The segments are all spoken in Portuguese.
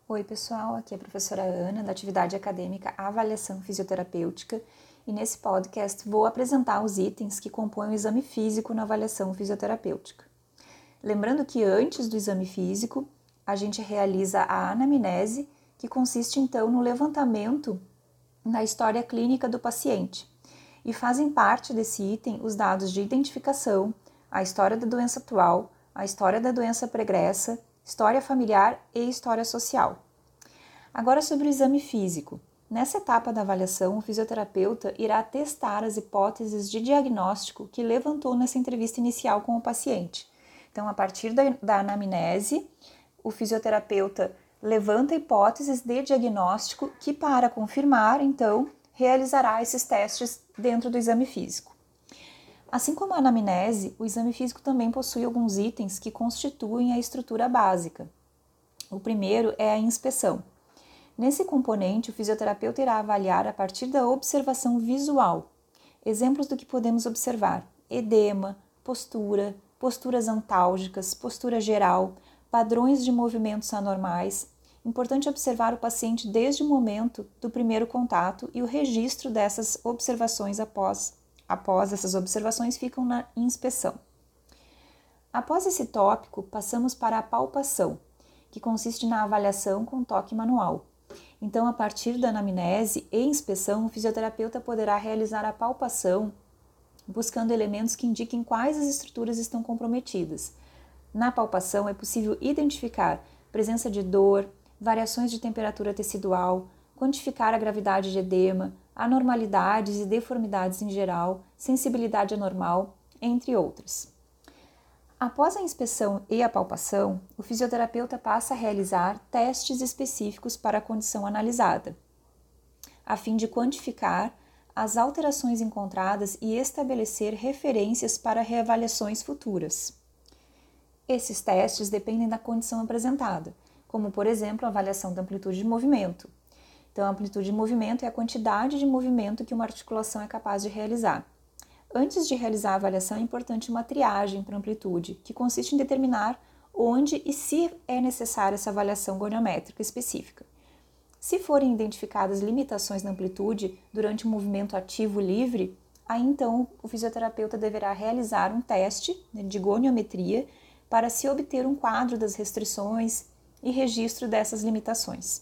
Oi pessoal, aqui é a professora Ana da atividade acadêmica Avaliação Fisioterapêutica e nesse podcast vou apresentar os itens que compõem o exame físico na avaliação fisioterapêutica. Lembrando que antes do exame físico, a gente realiza a anamnese, que consiste então no levantamento da história clínica do paciente e fazem parte desse item os dados de identificação, a história da doença atual, a história da doença pregressa, história familiar e história social. Agora sobre o exame físico. Nessa etapa da avaliação, o fisioterapeuta irá testar as hipóteses de diagnóstico que levantou nessa entrevista inicial com o paciente. Então, a partir da anamnese, o fisioterapeuta levanta hipóteses de diagnóstico que, para confirmar, então, realizará esses testes dentro do exame físico. Assim como a anamnese, o exame físico também possui alguns itens que constituem a estrutura básica. O primeiro é a inspeção. Nesse componente, o fisioterapeuta irá avaliar a partir da observação visual. Exemplos do que podemos observar: edema, posturas antálgicas, postura geral, padrões de movimentos anormais. Importante observar o paciente desde o momento do primeiro contato e o registro dessas observações após essas observações ficam na inspeção. Após esse tópico, passamos para a palpação, que consiste na avaliação com toque manual. Então, a partir da anamnese e inspeção, o fisioterapeuta poderá realizar a palpação buscando elementos que indiquem quais as estruturas estão comprometidas. Na palpação, é possível identificar presença de dor, variações de temperatura tecidual, quantificar a gravidade de edema, anormalidades e deformidades em geral, sensibilidade anormal, entre outras. Após a inspeção e a palpação, o fisioterapeuta passa a realizar testes específicos para a condição analisada, a fim de quantificar as alterações encontradas e estabelecer referências para reavaliações futuras. Esses testes dependem da condição apresentada, como, por exemplo, a avaliação da amplitude de movimento. Então, a amplitude de movimento é a quantidade de movimento que uma articulação é capaz de realizar. Antes de realizar a avaliação, é importante uma triagem para amplitude, que consiste em determinar onde e se é necessária essa avaliação goniométrica específica. Se forem identificadas limitações na amplitude durante um movimento ativo livre, aí então o fisioterapeuta deverá realizar um teste de goniometria para se obter um quadro das restrições e registro dessas limitações.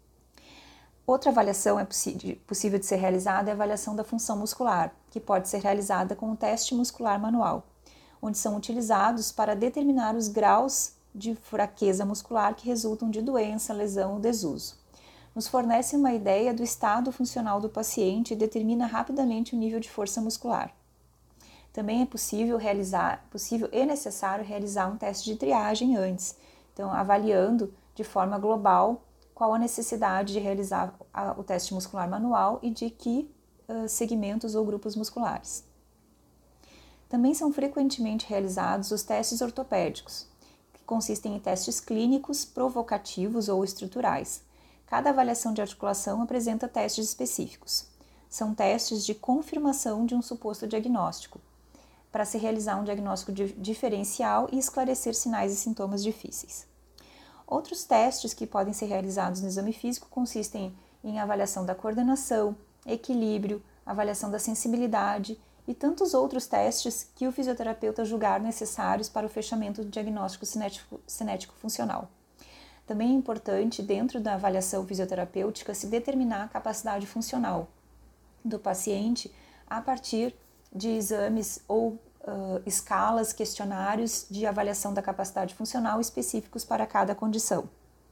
Outra avaliação possível de ser realizada é a avaliação da função muscular, que pode ser realizada com um teste muscular manual, onde são utilizados para determinar os graus de fraqueza muscular que resultam de doença, lesão ou desuso. Nos fornece uma ideia do estado funcional do paciente e determina rapidamente o nível de força muscular. Também é possível e necessário realizar um teste de triagem antes, então avaliando de forma global qual a necessidade de realizar o teste muscular manual e de que segmentos ou grupos musculares. Também são frequentemente realizados os testes ortopédicos, que consistem em testes clínicos, provocativos ou estruturais. Cada avaliação de articulação apresenta testes específicos. São testes de confirmação de um suposto diagnóstico, para se realizar um diagnóstico diferencial e esclarecer sinais e sintomas difíceis. Outros testes que podem ser realizados no exame físico consistem em avaliação da coordenação, equilíbrio, avaliação da sensibilidade e tantos outros testes que o fisioterapeuta julgar necessários para o fechamento do diagnóstico cinético-funcional. Também é importante, dentro da avaliação fisioterapêutica, se determinar a capacidade funcional do paciente a partir de exames ou escalas, questionários de avaliação da capacidade funcional específicos para cada condição.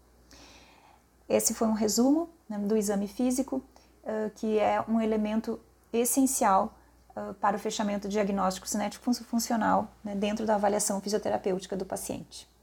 Esse foi um resumo do exame físico, que é um elemento essencial para o fechamento do diagnóstico cinético-funcional dentro da avaliação fisioterapêutica do paciente.